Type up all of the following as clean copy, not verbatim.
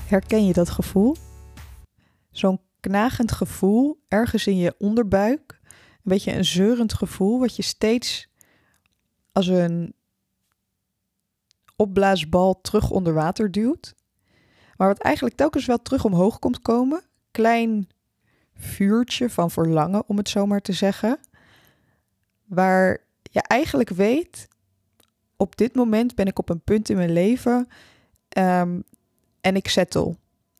Herken je dat gevoel? Zo'n knagend gevoel ergens in je onderbuik. Een beetje een zeurend gevoel wat je steeds als een opblaasbal terug onder water duwt. Maar wat eigenlijk telkens wel terug omhoog komt komen. Klein vuurtje van verlangen, om het zo maar te zeggen. Waar je eigenlijk weet, op dit moment ben ik op een punt in mijn leven en ik settle.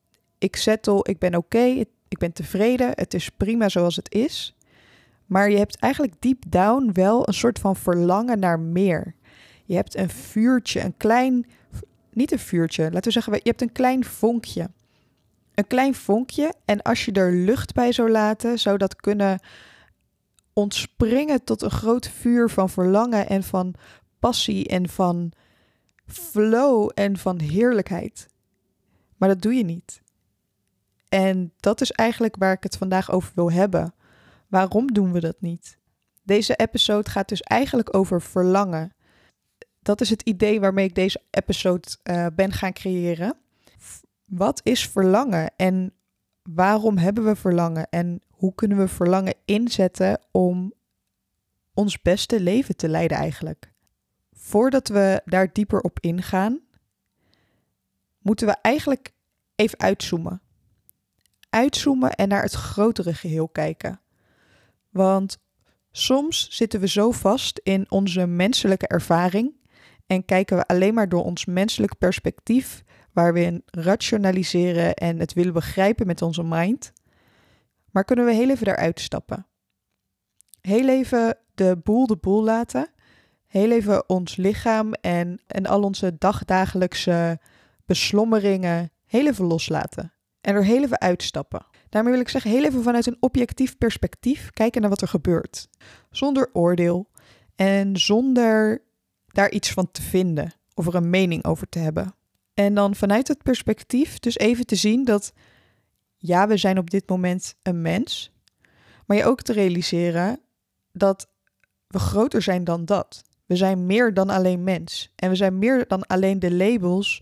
Ik ben oké, ik ben tevreden, het is prima zoals het is. Maar je hebt eigenlijk deep down wel een soort van verlangen naar meer. Je hebt een vuurtje, niet een vuurtje, laten we zeggen, je hebt een klein vonkje. Een klein vonkje en als je er lucht bij zou laten, zou dat kunnen ontspringen tot een groot vuur van verlangen en van passie en van flow en van heerlijkheid. Maar dat doe je niet. En dat is eigenlijk waar ik het vandaag over wil hebben. Waarom doen we dat niet? Deze episode gaat dus eigenlijk over verlangen. Dat is het idee waarmee ik deze episode ben gaan creëren. Wat is verlangen en waarom hebben we verlangen? En hoe kunnen we verlangen inzetten om ons beste leven te leiden eigenlijk? Voordat we daar dieper op ingaan, moeten we eigenlijk even uitzoomen. Uitzoomen en naar het grotere geheel kijken. Want soms zitten we zo vast in onze menselijke ervaring en kijken we alleen maar door ons menselijk perspectief, waar we in rationaliseren en het willen begrijpen met onze mind. Maar kunnen we heel even daaruit stappen? Heel even de boel laten. Heel even ons lichaam en al onze dagdagelijkse beslommeringen heel even loslaten. En er heel even uitstappen. Daarmee wil ik zeggen, heel even vanuit een objectief perspectief kijken naar wat er gebeurt. Zonder oordeel en zonder daar iets van te vinden of er een mening over te hebben. En dan vanuit het perspectief dus even te zien dat, ja, we zijn op dit moment een mens. Maar je ook te realiseren dat we groter zijn dan dat. We zijn meer dan alleen mens. En we zijn meer dan alleen de labels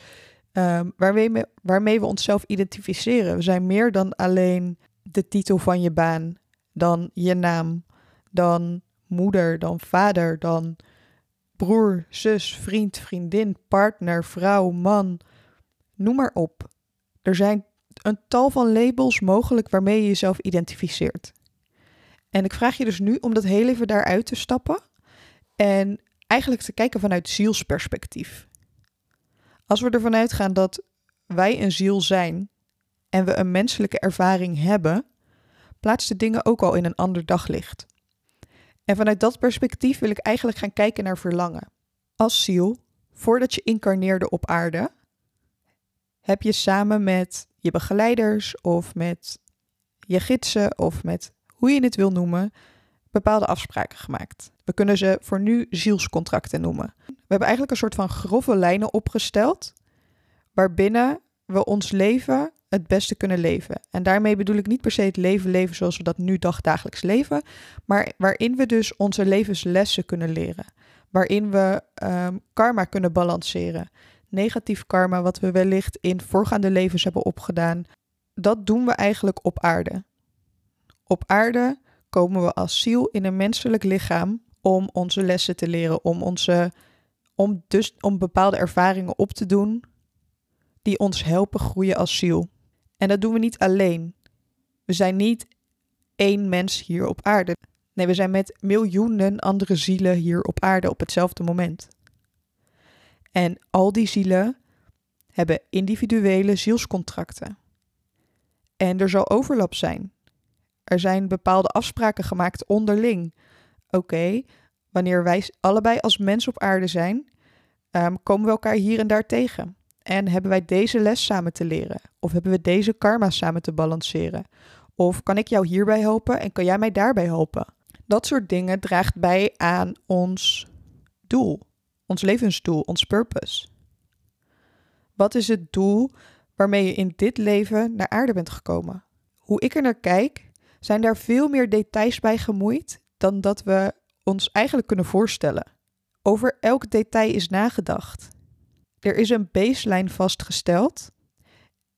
waarmee we onszelf identificeren. We zijn meer dan alleen de titel van je baan, dan je naam, dan moeder, dan vader, dan broer, zus, vriend, vriendin, partner, vrouw, man. Noem maar op. Er zijn een tal van labels mogelijk waarmee je jezelf identificeert. En ik vraag je dus nu om dat heel even daaruit te stappen en eigenlijk te kijken vanuit zielsperspectief. Als we ervan uitgaan dat wij een ziel zijn en we een menselijke ervaring hebben, plaatst de dingen ook al in een ander daglicht. En vanuit dat perspectief wil ik eigenlijk gaan kijken naar verlangen. Als ziel, voordat je incarneerde op aarde, heb je samen met je begeleiders of met je gidsen of met hoe je het wil noemen, bepaalde afspraken gemaakt. We kunnen ze voor nu zielscontracten noemen. We hebben eigenlijk een soort van grove lijnen opgesteld waarbinnen we ons leven het beste kunnen leven. En daarmee bedoel ik niet per se het leven zoals we dat nu dagdagelijks leven, maar waarin we dus onze levenslessen kunnen leren. Waarin we karma kunnen balanceren. Negatief karma wat we wellicht in voorgaande levens hebben opgedaan. Dat doen we eigenlijk op aarde. Op aarde komen we als ziel in een menselijk lichaam om onze lessen te leren, om bepaalde ervaringen op te doen die ons helpen groeien als ziel. En dat doen we niet alleen. We zijn niet één mens hier op aarde. Nee, we zijn met miljoenen andere zielen hier op aarde op hetzelfde moment. En al die zielen hebben individuele zielscontracten. En er zal overlap zijn. Er zijn bepaalde afspraken gemaakt onderling. Oké, wanneer wij allebei als mens op aarde zijn, komen we elkaar hier en daar tegen. En hebben wij deze les samen te leren? Of hebben we deze karma samen te balanceren? Of kan ik jou hierbij helpen en kan jij mij daarbij helpen? Dat soort dingen draagt bij aan ons doel. Ons levensdoel, ons purpose. Wat is het doel waarmee je in dit leven naar aarde bent gekomen? Hoe ik er naar kijk, zijn daar veel meer details bij gemoeid dan dat we ons eigenlijk kunnen voorstellen. Over elk detail is nagedacht. Er is een baseline vastgesteld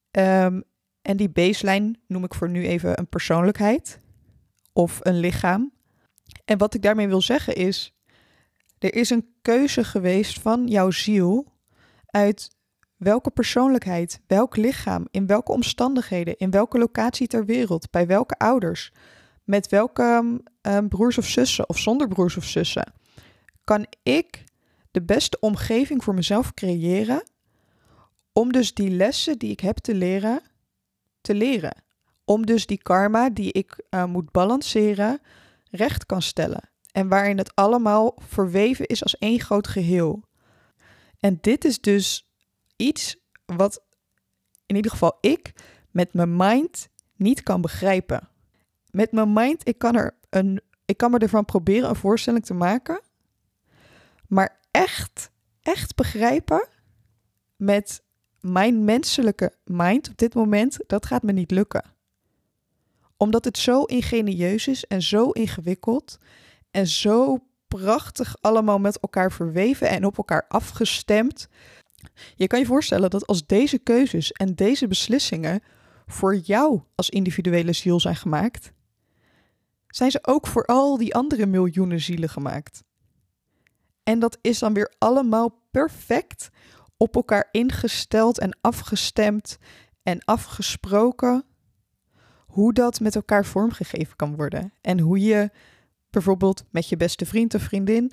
En die baseline noem ik voor nu even een persoonlijkheid of een lichaam. En wat ik daarmee wil zeggen is, er is een keuze geweest van jouw ziel uit welke persoonlijkheid, welk lichaam, in welke omstandigheden, in welke locatie ter wereld, bij welke ouders, met welke broers of zussen of zonder broers of zussen, kan ik de beste omgeving voor mezelf creëren om dus die lessen die ik heb te leren. Om dus die karma die ik moet balanceren, recht kan stellen. En waarin het allemaal verweven is als één groot geheel. En dit is dus iets wat in ieder geval ik met mijn mind niet kan begrijpen. Met mijn mind, ik kan me ervan proberen een voorstelling te maken. Maar echt begrijpen met mijn menselijke mind op dit moment, dat gaat me niet lukken. Omdat het zo ingenieus is en zo ingewikkeld en zo prachtig allemaal met elkaar verweven en op elkaar afgestemd. Je kan je voorstellen dat als deze keuzes en deze beslissingen voor jou als individuele ziel zijn gemaakt, zijn ze ook voor al die andere miljoenen zielen gemaakt. En dat is dan weer allemaal perfect op elkaar ingesteld en afgestemd en afgesproken, hoe dat met elkaar vormgegeven kan worden. En hoe je bijvoorbeeld met je beste vriend of vriendin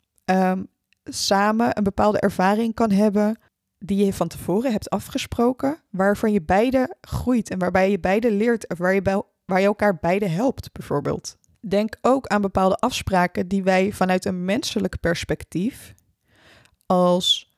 samen een bepaalde ervaring kan hebben die je van tevoren hebt afgesproken, waarvan je beide groeit en waarbij je beide leert of waar je elkaar beide helpt bijvoorbeeld. Denk ook aan bepaalde afspraken die wij vanuit een menselijk perspectief als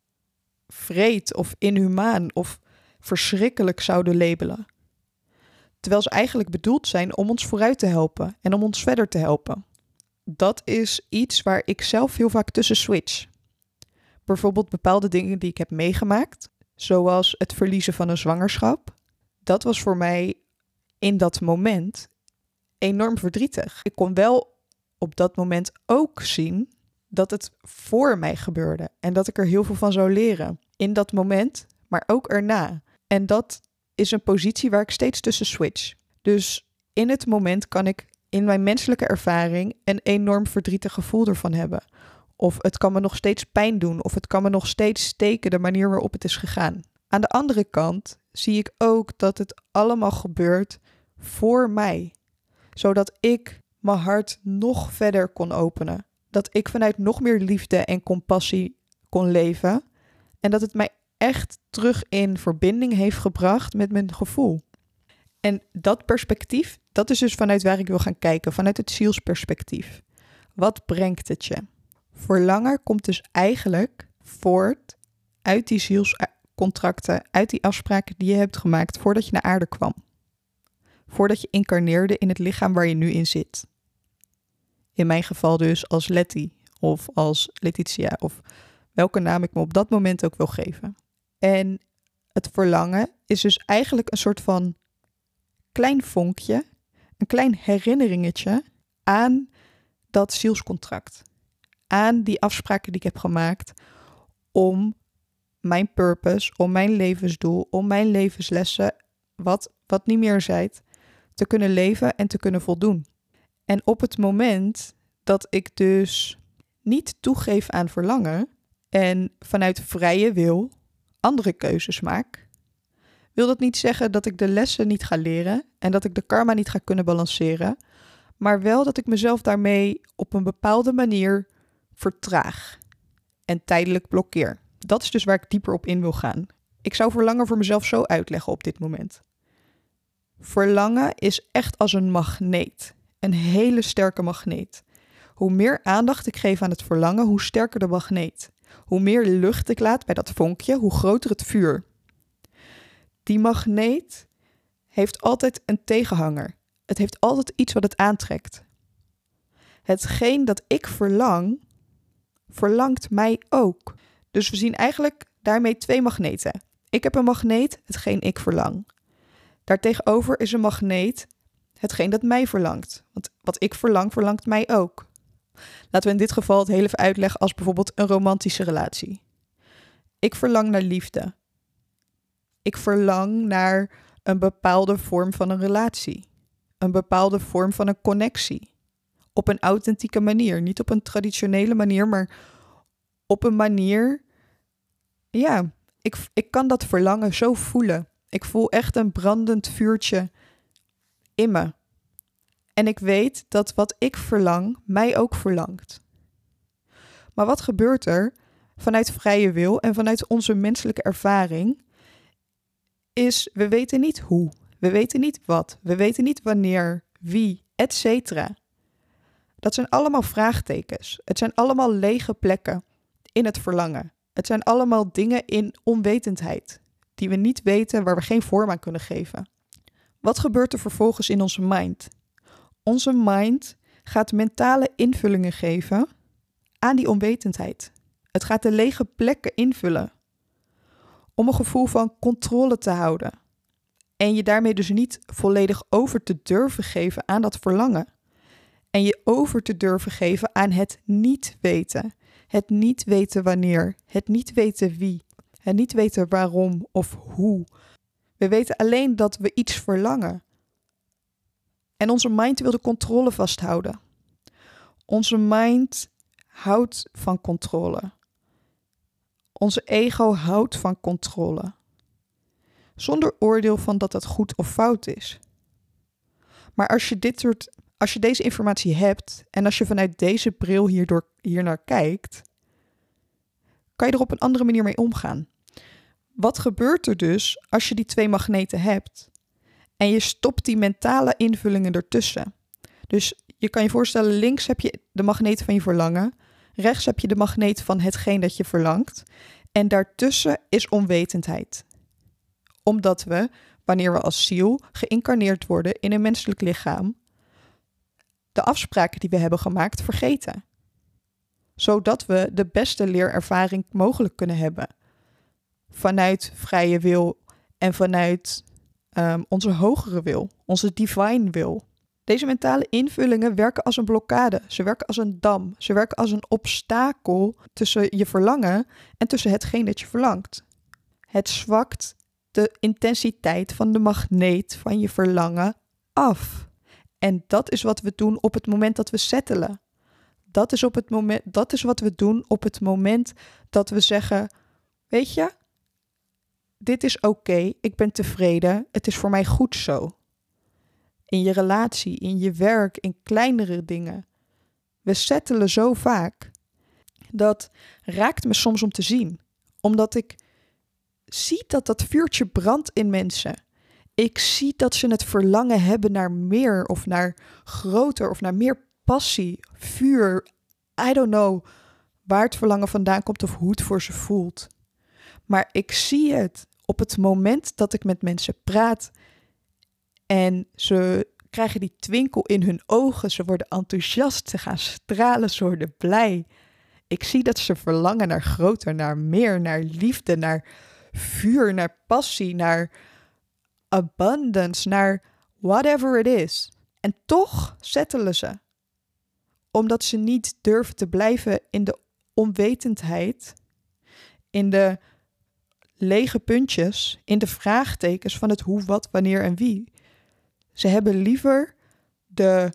wreed of inhumaan of verschrikkelijk zouden labelen. Terwijl ze eigenlijk bedoeld zijn om ons vooruit te helpen en om ons verder te helpen. Dat is iets waar ik zelf heel vaak tussen switch. Bijvoorbeeld bepaalde dingen die ik heb meegemaakt, zoals het verliezen van een zwangerschap. Dat was voor mij in dat moment enorm verdrietig. Ik kon wel op dat moment ook zien dat het voor mij gebeurde en dat ik er heel veel van zou leren. In dat moment, maar ook erna. En dat is een positie waar ik steeds tussen switch. Dus in het moment kan ik in mijn menselijke ervaring een enorm verdrietig gevoel ervan hebben. Of het kan me nog steeds pijn doen. Of het kan me nog steeds steken de manier waarop het is gegaan. Aan de andere kant zie ik ook dat het allemaal gebeurt voor mij. Zodat ik mijn hart nog verder kon openen. Dat ik vanuit nog meer liefde en compassie kon leven. En dat het mij echt terug in verbinding heeft gebracht met mijn gevoel. En dat perspectief, dat is dus vanuit waar ik wil gaan kijken. Vanuit het zielsperspectief. Wat brengt het je? Verlangen komt dus eigenlijk voort uit die zielscontracten, uit die afspraken die je hebt gemaakt voordat je naar aarde kwam. Voordat je incarneerde in het lichaam waar je nu in zit. In mijn geval dus als Letty of als Letitia of welke naam ik me op dat moment ook wil geven. En het verlangen is dus eigenlijk een soort van klein vonkje, een klein herinneringetje aan dat zielscontract. Aan die afspraken die ik heb gemaakt om mijn purpose, om mijn levensdoel, om mijn levenslessen, wat niet meer zijt, te kunnen leven en te kunnen voldoen. En op het moment dat ik dus niet toegeef aan verlangen en vanuit vrije wil andere keuzes maak, wil dat niet zeggen dat ik de lessen niet ga leren en dat ik de karma niet ga kunnen balanceren, maar wel dat ik mezelf daarmee op een bepaalde manier vertraag en tijdelijk blokkeer. Dat is dus waar ik dieper op in wil gaan. Ik zou verlangen voor mezelf zo uitleggen op dit moment. Verlangen is echt als een magneet. Een hele sterke magneet. Hoe meer aandacht ik geef aan het verlangen, hoe sterker de magneet. Hoe meer lucht ik laat bij dat vonkje, hoe groter het vuur. Die magneet heeft altijd een tegenhanger. Het heeft altijd iets wat het aantrekt. Hetgeen dat ik verlang, verlangt mij ook. Dus we zien eigenlijk daarmee twee magneten. Ik heb een magneet, hetgeen ik verlang. Daartegenover is een magneet, hetgeen dat mij verlangt. Want wat ik verlang, verlangt mij ook. Laten we in dit geval het heel even uitleggen als bijvoorbeeld een romantische relatie. Ik verlang naar liefde. Ik verlang naar een bepaalde vorm van een relatie. Een bepaalde vorm van een connectie. Op een authentieke manier. Niet op een traditionele manier, maar op een manier... Ja, ik kan dat verlangen zo voelen. Ik voel echt een brandend vuurtje in me. En ik weet dat wat ik verlang, mij ook verlangt. Maar wat gebeurt er vanuit vrije wil en vanuit onze menselijke ervaring, is we weten niet hoe, we weten niet wat, we weten niet wanneer, wie, etc. Dat zijn allemaal vraagtekens. Het zijn allemaal lege plekken in het verlangen. Het zijn allemaal dingen in onwetendheid, die we niet weten, waar we geen vorm aan kunnen geven. Wat gebeurt er vervolgens in onze mind? Onze mind gaat mentale invullingen geven aan die onwetendheid. Het gaat de lege plekken invullen om een gevoel van controle te houden. En je daarmee dus niet volledig over te durven geven aan dat verlangen. En je over te durven geven aan het niet weten. Het niet weten wanneer. Het niet weten wie. Het niet weten waarom of hoe. We weten alleen dat we iets verlangen. En onze mind wil de controle vasthouden. Onze mind houdt van controle. Onze ego houdt van controle. Zonder oordeel van dat dat goed of fout is. Maar als je deze informatie hebt en als je vanuit deze bril hiernaar kijkt, kan je er op een andere manier mee omgaan. Wat gebeurt er dus als je die twee magneten hebt en je stopt die mentale invullingen ertussen? Dus je kan je voorstellen, links heb je de magneet van je verlangen, rechts heb je de magneet van hetgeen dat je verlangt en daartussen is onwetendheid. Omdat we, wanneer we als ziel geïncarneerd worden in een menselijk lichaam, de afspraken die we hebben gemaakt vergeten. Zodat we de beste leerervaring mogelijk kunnen hebben. Vanuit vrije wil en vanuit onze hogere wil, onze divine wil. Deze mentale invullingen werken als een blokkade. Ze werken als een dam. Ze werken als een obstakel tussen je verlangen en tussen hetgeen dat je verlangt. Het zwakt de intensiteit van de magneet van je verlangen af. En dat is wat we doen op het moment dat we settelen. Dat is wat we doen op het moment dat we zeggen, weet je, dit is oké, ik ben tevreden, het is voor mij goed zo. In je relatie, in je werk, in kleinere dingen. We settelen zo vaak. Dat raakt me soms om te zien. Omdat ik zie dat dat vuurtje brandt in mensen. Ik zie dat ze het verlangen hebben naar meer of naar groter of naar meer passie, vuur. I don't know waar het verlangen vandaan komt of hoe het voor ze voelt. Maar ik zie het op het moment dat ik met mensen praat en ze krijgen die twinkel in hun ogen. Ze worden enthousiast, ze gaan stralen, ze worden blij. Ik zie dat ze verlangen naar groter, naar meer, naar liefde, naar vuur, naar passie, naar abundance, naar whatever it is. En toch settelen ze. Omdat ze niet durven te blijven in de onwetendheid, in de lege puntjes, in de vraagtekens van het hoe, wat, wanneer en wie. Ze hebben liever de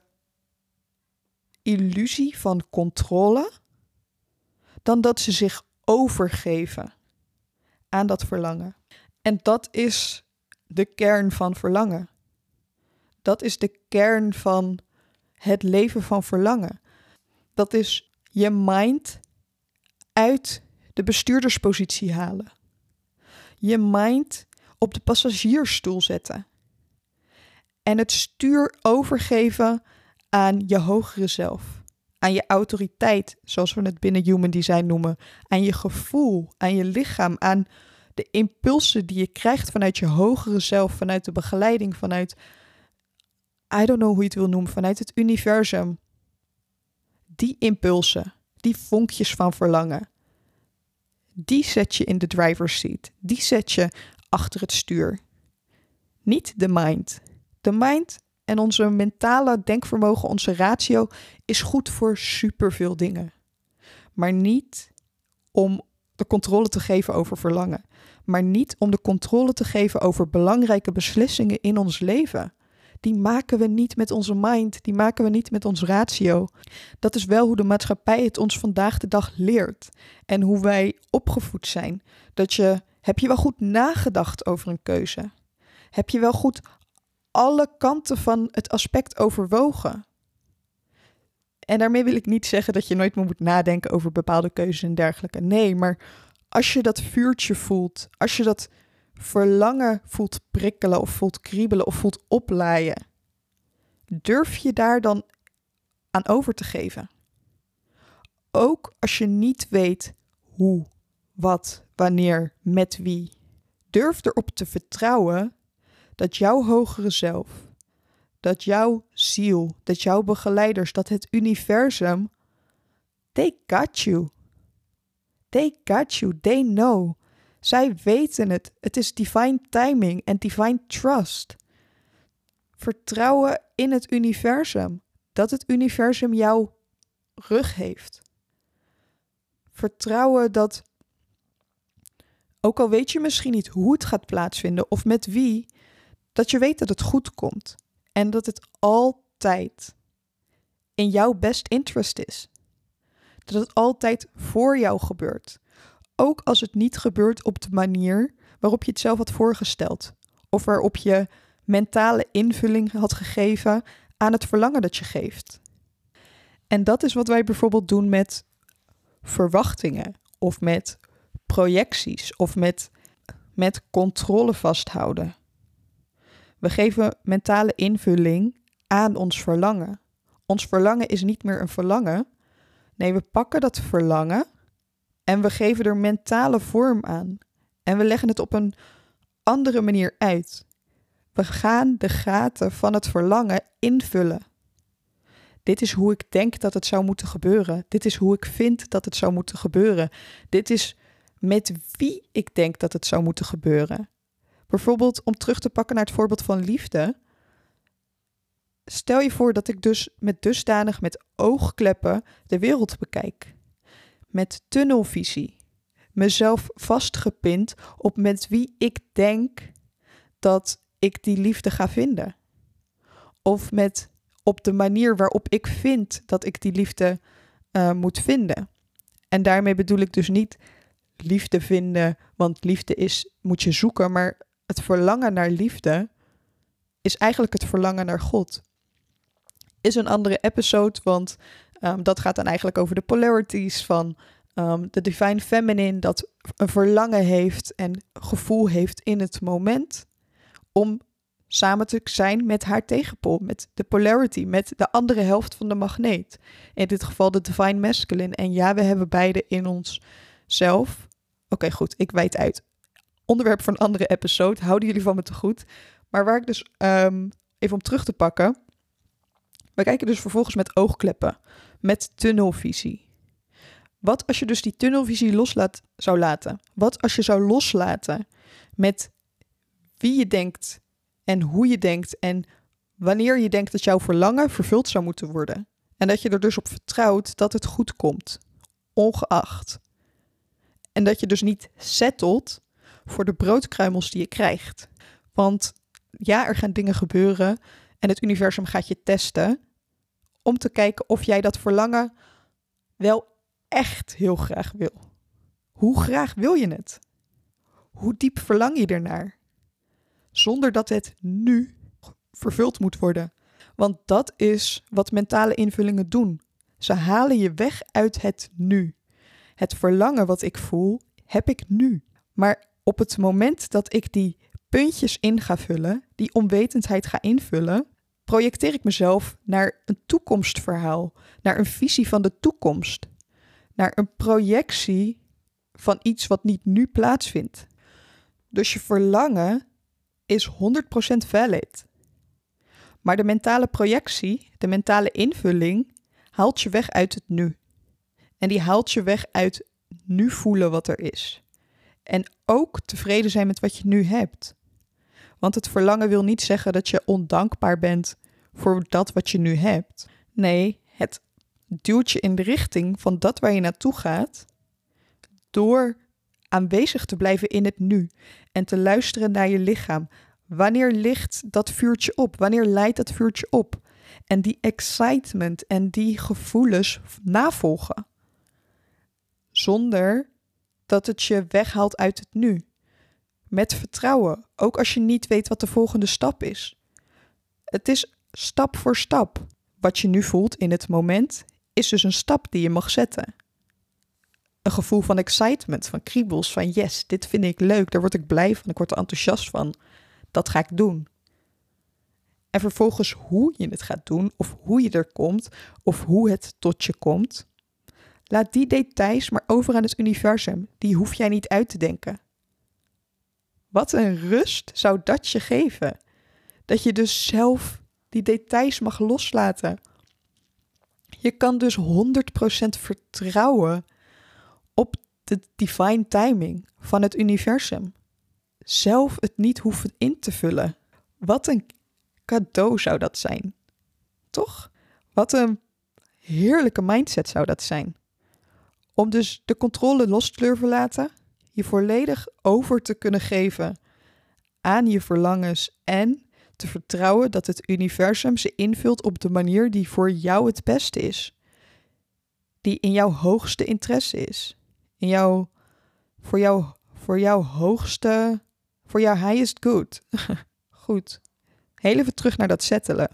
illusie van controle dan dat ze zich overgeven aan dat verlangen. En dat is de kern van verlangen. Dat is de kern van het leven van verlangen. Dat is je mind uit de bestuurderspositie halen. Je mind op de passagiersstoel zetten. En het stuur overgeven aan je hogere zelf. Aan je autoriteit, zoals we het binnen Human Design noemen. Aan je gevoel, aan je lichaam, aan de impulsen die je krijgt vanuit je hogere zelf, vanuit de begeleiding, vanuit, I don't know hoe je het wil noemen, vanuit het universum. Die impulsen, die vonkjes van verlangen, die zet je in de driver's seat. Die zet je achter het stuur. Niet de mind. De mind en onze mentale denkvermogen, onze ratio, is goed voor superveel dingen. Maar niet om de controle te geven over verlangen. maar niet om de controle te geven over belangrijke beslissingen in ons leven. Die maken we niet met onze mind, die maken we niet met ons ratio. Dat is wel hoe de maatschappij het ons vandaag de dag leert en hoe wij opgevoed zijn. Heb je wel goed nagedacht over een keuze? Heb je wel goed alle kanten van het aspect overwogen? En daarmee wil ik niet zeggen dat je nooit meer moet nadenken over bepaalde keuzes en dergelijke. Nee, maar als je dat vuurtje voelt, als je dat verlangen voelt prikkelen of voelt kriebelen of voelt oplaaien, durf je daar dan aan over te geven? Ook als je niet weet hoe, wat, wanneer, met wie. Durf erop te vertrouwen dat jouw hogere zelf, dat jouw ziel, dat jouw begeleiders, dat het universum, they got you. They got you, they know. Zij weten het. Het is divine timing en divine trust. Vertrouwen in het universum. Dat het universum jouw rug heeft. Vertrouwen dat, ook al weet je misschien niet hoe het gaat plaatsvinden of met wie, dat je weet dat het goed komt. En dat het altijd in jouw best interest is. Dat het altijd voor jou gebeurt. Ook als het niet gebeurt op de manier waarop je het zelf had voorgesteld. Of waarop je mentale invulling had gegeven aan het verlangen dat je geeft. En dat is wat wij bijvoorbeeld doen met verwachtingen. Of met projecties. Of met controle vasthouden. We geven mentale invulling aan ons verlangen. Ons verlangen is niet meer een verlangen. Nee, we pakken dat verlangen en we geven er mentale vorm aan. En we leggen het op een andere manier uit. We gaan de gaten van het verlangen invullen. Dit is hoe ik denk dat het zou moeten gebeuren. Dit is hoe ik vind dat het zou moeten gebeuren. Dit is met wie ik denk dat het zou moeten gebeuren. Bijvoorbeeld om terug te pakken naar het voorbeeld van liefde. Stel je voor dat ik dus met oogkleppen de wereld bekijk. Met tunnelvisie. Mezelf vastgepind op met wie ik denk dat ik die liefde ga vinden. Of op de manier waarop ik vind dat ik die liefde moet vinden. En daarmee bedoel ik dus niet liefde vinden, want liefde moet je zoeken, maar het verlangen naar liefde is eigenlijk het verlangen naar God. Is een andere episode, want dat gaat dan eigenlijk over de polarities van de Divine Feminine, dat een verlangen heeft en gevoel heeft in het moment om samen te zijn met haar tegenpool, met de polarity, met de andere helft van de magneet. In dit geval de Divine Masculine. En ja, we hebben beide in onszelf. Oké, goed, ik wijd uit. Onderwerp voor een andere episode, houden jullie van me te goed. Maar waar ik dus, even om terug te pakken. We kijken dus vervolgens met oogkleppen, met tunnelvisie. Wat als je dus die tunnelvisie zou laten? Wat als je zou loslaten met wie je denkt en hoe je denkt en wanneer je denkt dat jouw verlangen vervuld zou moeten worden? En dat je er dus op vertrouwt dat het goed komt, ongeacht. En dat je dus niet settelt voor de broodkruimels die je krijgt. Want ja, er gaan dingen gebeuren en het universum gaat je testen om te kijken of jij dat verlangen wel echt heel graag wil. Hoe graag wil je het? Hoe diep verlang je ernaar? Zonder dat het nu vervuld moet worden. Want dat is wat mentale invullingen doen. Ze halen je weg uit het nu. Het verlangen wat ik voel, heb ik nu. Maar op het moment dat ik die puntjes in ga vullen, die onwetendheid ga invullen, projecteer ik mezelf naar een toekomstverhaal, naar een visie van de toekomst, naar een projectie van iets wat niet nu plaatsvindt. Dus je verlangen is 100% valid. Maar de mentale projectie, de mentale invulling, haalt je weg uit het nu. En die haalt je weg uit nu voelen wat er is. En ook tevreden zijn met wat je nu hebt. Want het verlangen wil niet zeggen dat je ondankbaar bent voor dat wat je nu hebt. Nee, het duwt je in de richting van dat waar je naartoe gaat door aanwezig te blijven in het nu en te luisteren naar je lichaam. Wanneer ligt dat vuurtje op? Wanneer leidt dat vuurtje op? En die excitement en die gevoelens navolgen. Zonder dat het je weghaalt uit het nu. Met vertrouwen, ook als je niet weet wat de volgende stap is. Het is stap voor stap. Wat je nu voelt in het moment is dus een stap die je mag zetten. Een gevoel van excitement, van kriebels, van yes, dit vind ik leuk, daar word ik blij van, ik word er enthousiast van. Dat ga ik doen. En vervolgens hoe je het gaat doen, of hoe je er komt, of hoe het tot je komt. Laat die details maar over aan het universum. Die hoef jij niet uit te denken. Wat een rust zou dat je geven. Dat je dus zelf die details mag loslaten. Je kan dus 100% vertrouwen op de divine timing van het universum. Zelf het niet hoeven in te vullen. Wat een cadeau zou dat zijn. Toch? Wat een heerlijke mindset zou dat zijn. Om dus de controle los te durven laten, je volledig over te kunnen geven aan je verlangens en te vertrouwen dat het universum ze invult op de manier die voor jou het beste is. Die in jouw hoogste interesse is. Voor jouw highest good. Goed. Heel even terug naar dat settelen.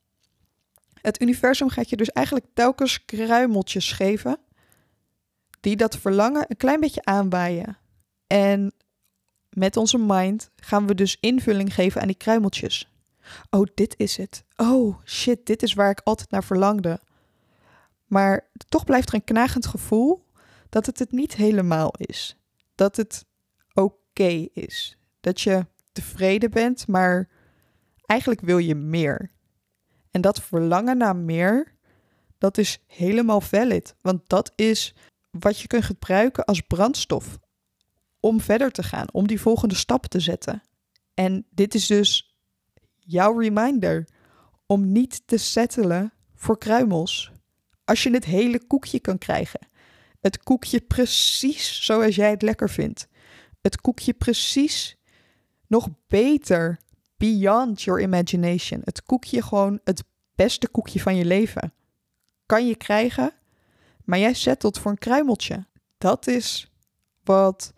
Het universum gaat je dus eigenlijk telkens kruimeltjes geven die dat verlangen een klein beetje aanwaaien. En met onze mind gaan we dus invulling geven aan die kruimeltjes. Oh, dit is het. Oh, shit, dit is waar ik altijd naar verlangde. Maar toch blijft er een knagend gevoel dat het niet helemaal is. Dat het oké is. Dat je tevreden bent, maar eigenlijk wil je meer. En dat verlangen naar meer, dat is helemaal valid. Want dat is wat je kunt gebruiken als brandstof om verder te gaan, om die volgende stap te zetten. En dit is dus jouw reminder om niet te settelen voor kruimels. Als je het hele koekje kan krijgen. Het koekje precies zoals jij het lekker vindt. Het koekje precies nog beter, beyond your imagination. Het koekje gewoon het beste koekje van je leven. Kan je krijgen, maar jij settelt voor een kruimeltje. Dat is wat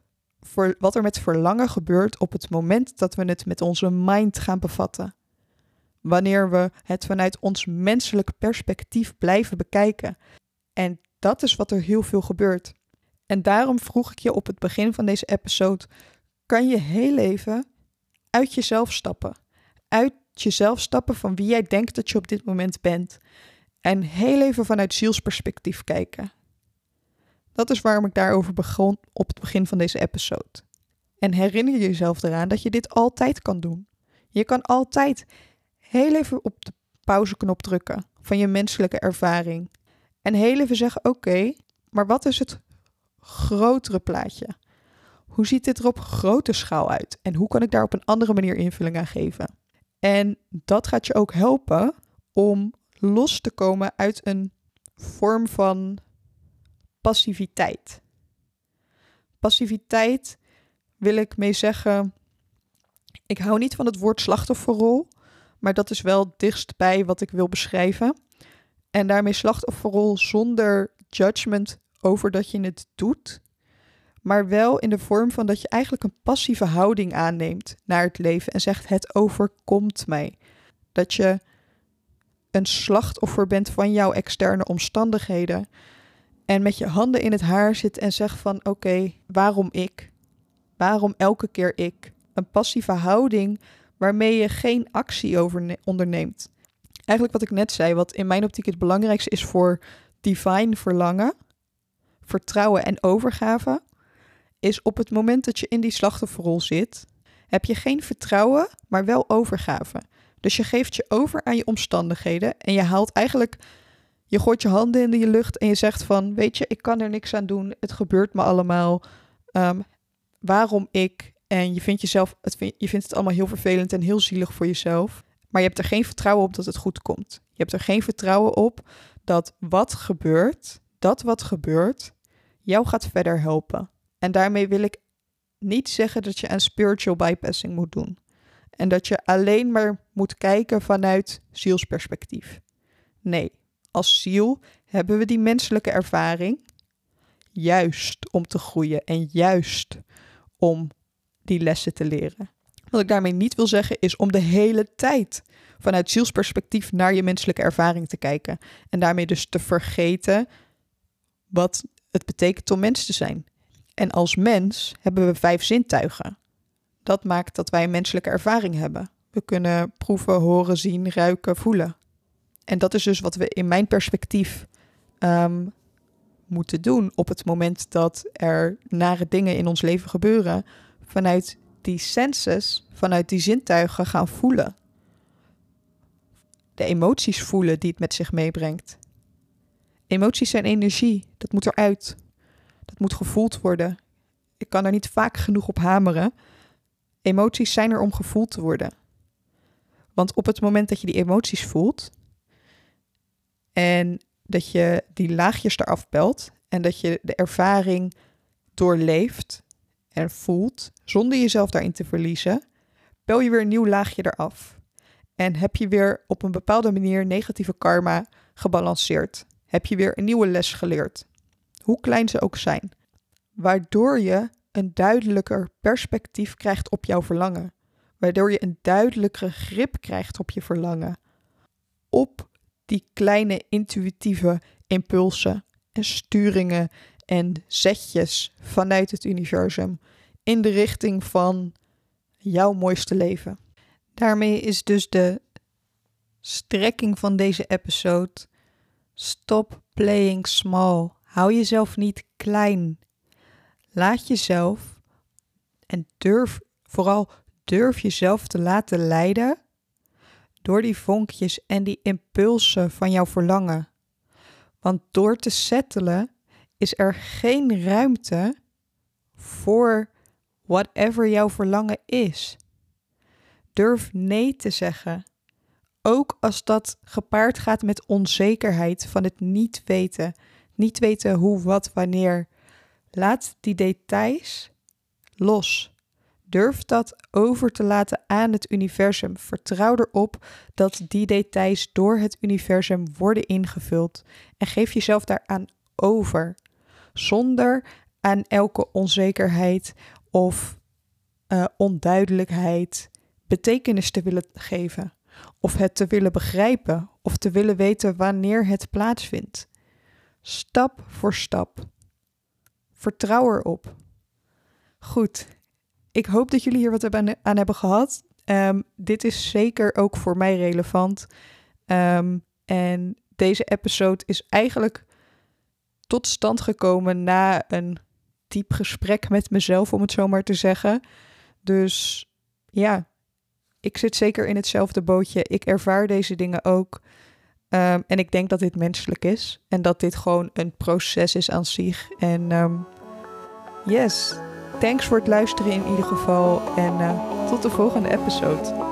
er met verlangen gebeurt op het moment dat we het met onze mind gaan bevatten. Wanneer we het vanuit ons menselijk perspectief blijven bekijken. En dat is wat er heel veel gebeurt. En daarom vroeg ik je op het begin van deze episode, kan je heel even uit jezelf stappen. Uit jezelf stappen van wie jij denkt dat je op dit moment bent. En heel even vanuit zielsperspectief kijken. Dat is waarom ik daarover begon op het begin van deze episode. En herinner jezelf eraan dat je dit altijd kan doen. Je kan altijd heel even op de pauzeknop drukken van je menselijke ervaring. En heel even zeggen, oké, maar wat is het grotere plaatje? Hoe ziet dit er op grote schaal uit? En hoe kan ik daar op een andere manier invulling aan geven? En dat gaat je ook helpen om los te komen uit een vorm van passiviteit. Passiviteit wil ik mee zeggen, ik hou niet van het woord slachtofferrol, maar dat is wel het dichtst bij wat ik wil beschrijven. En daarmee slachtofferrol zonder judgment over dat je het doet, maar wel in de vorm van dat je eigenlijk een passieve houding aanneemt naar het leven en zegt, het overkomt mij. Dat je een slachtoffer bent van jouw externe omstandigheden en met je handen in het haar zit en zegt van, oké, waarom ik? Waarom elke keer ik? Een passieve houding waarmee je geen actie onderneemt. Eigenlijk wat ik net zei, wat in mijn optiek het belangrijkste is voor divine verlangen, vertrouwen en overgave, is op het moment dat je in die slachtofferrol zit, heb je geen vertrouwen, maar wel overgave. Dus je geeft je over aan je omstandigheden en je haalt eigenlijk, je gooit je handen in de lucht en je zegt van, weet je, ik kan er niks aan doen, het gebeurt me allemaal, waarom ik? En je vindt het allemaal heel vervelend en heel zielig voor jezelf, maar je hebt er geen vertrouwen op dat het goed komt. Je hebt er geen vertrouwen op dat wat gebeurt, jou gaat verder helpen. En daarmee wil ik niet zeggen dat je aan spiritual bypassing moet doen. En dat je alleen maar moet kijken vanuit zielsperspectief. Nee, als ziel hebben we die menselijke ervaring juist om te groeien en juist om die lessen te leren. Wat ik daarmee niet wil zeggen is om de hele tijd vanuit zielsperspectief naar je menselijke ervaring te kijken. En daarmee dus te vergeten wat het betekent om mens te zijn. En als mens hebben we 5 zintuigen. Dat maakt dat wij een menselijke ervaring hebben. We kunnen proeven, horen, zien, ruiken, voelen. En dat is dus wat we in mijn perspectief moeten doen op het moment dat er nare dingen in ons leven gebeuren. Vanuit die senses, vanuit die zintuigen gaan voelen. De emoties voelen die het met zich meebrengt. Emoties zijn energie, dat moet eruit. Dat moet gevoeld worden. Ik kan er niet vaak genoeg op hameren. Emoties zijn er om gevoeld te worden. Want op het moment dat je die emoties voelt en dat je die laagjes eraf pelt en dat je de ervaring doorleeft en voelt zonder jezelf daarin te verliezen, pel je weer een nieuw laagje eraf. En heb je weer op een bepaalde manier negatieve karma gebalanceerd. Heb je weer een nieuwe les geleerd. Hoe klein ze ook zijn. Waardoor je een duidelijker perspectief krijgt op jouw verlangen. Waardoor je een duidelijkere grip krijgt op je verlangen. Op die kleine intuïtieve impulsen en sturingen en zetjes vanuit het universum. In de richting van jouw mooiste leven. Daarmee is dus de strekking van deze episode: stop playing small. Hou jezelf niet klein. Laat jezelf en durf jezelf te laten leiden door die vonkjes en die impulsen van jouw verlangen. Want door te settelen is er geen ruimte voor whatever jouw verlangen is. Durf nee te zeggen. Ook als dat gepaard gaat met onzekerheid van het niet weten. Niet weten hoe, wat, wanneer. Laat die details los. Durf dat over te laten aan het universum. Vertrouw erop dat die details door het universum worden ingevuld. En geef jezelf daaraan over. Zonder aan elke onzekerheid of onduidelijkheid betekenis te willen geven. Of het te willen begrijpen. Of te willen weten wanneer het plaatsvindt. Stap voor stap. Vertrouw erop. Goed. Ik hoop dat jullie hier wat aan hebben gehad. Dit is zeker ook voor mij relevant. En deze episode is eigenlijk tot stand gekomen na een diep gesprek met mezelf, om het zo maar te zeggen. Dus ja, ik zit zeker in hetzelfde bootje. Ik ervaar deze dingen ook. En ik denk dat dit menselijk is. En dat dit gewoon een proces is aan zich. En yes, thanks voor het luisteren in ieder geval. En tot de volgende episode.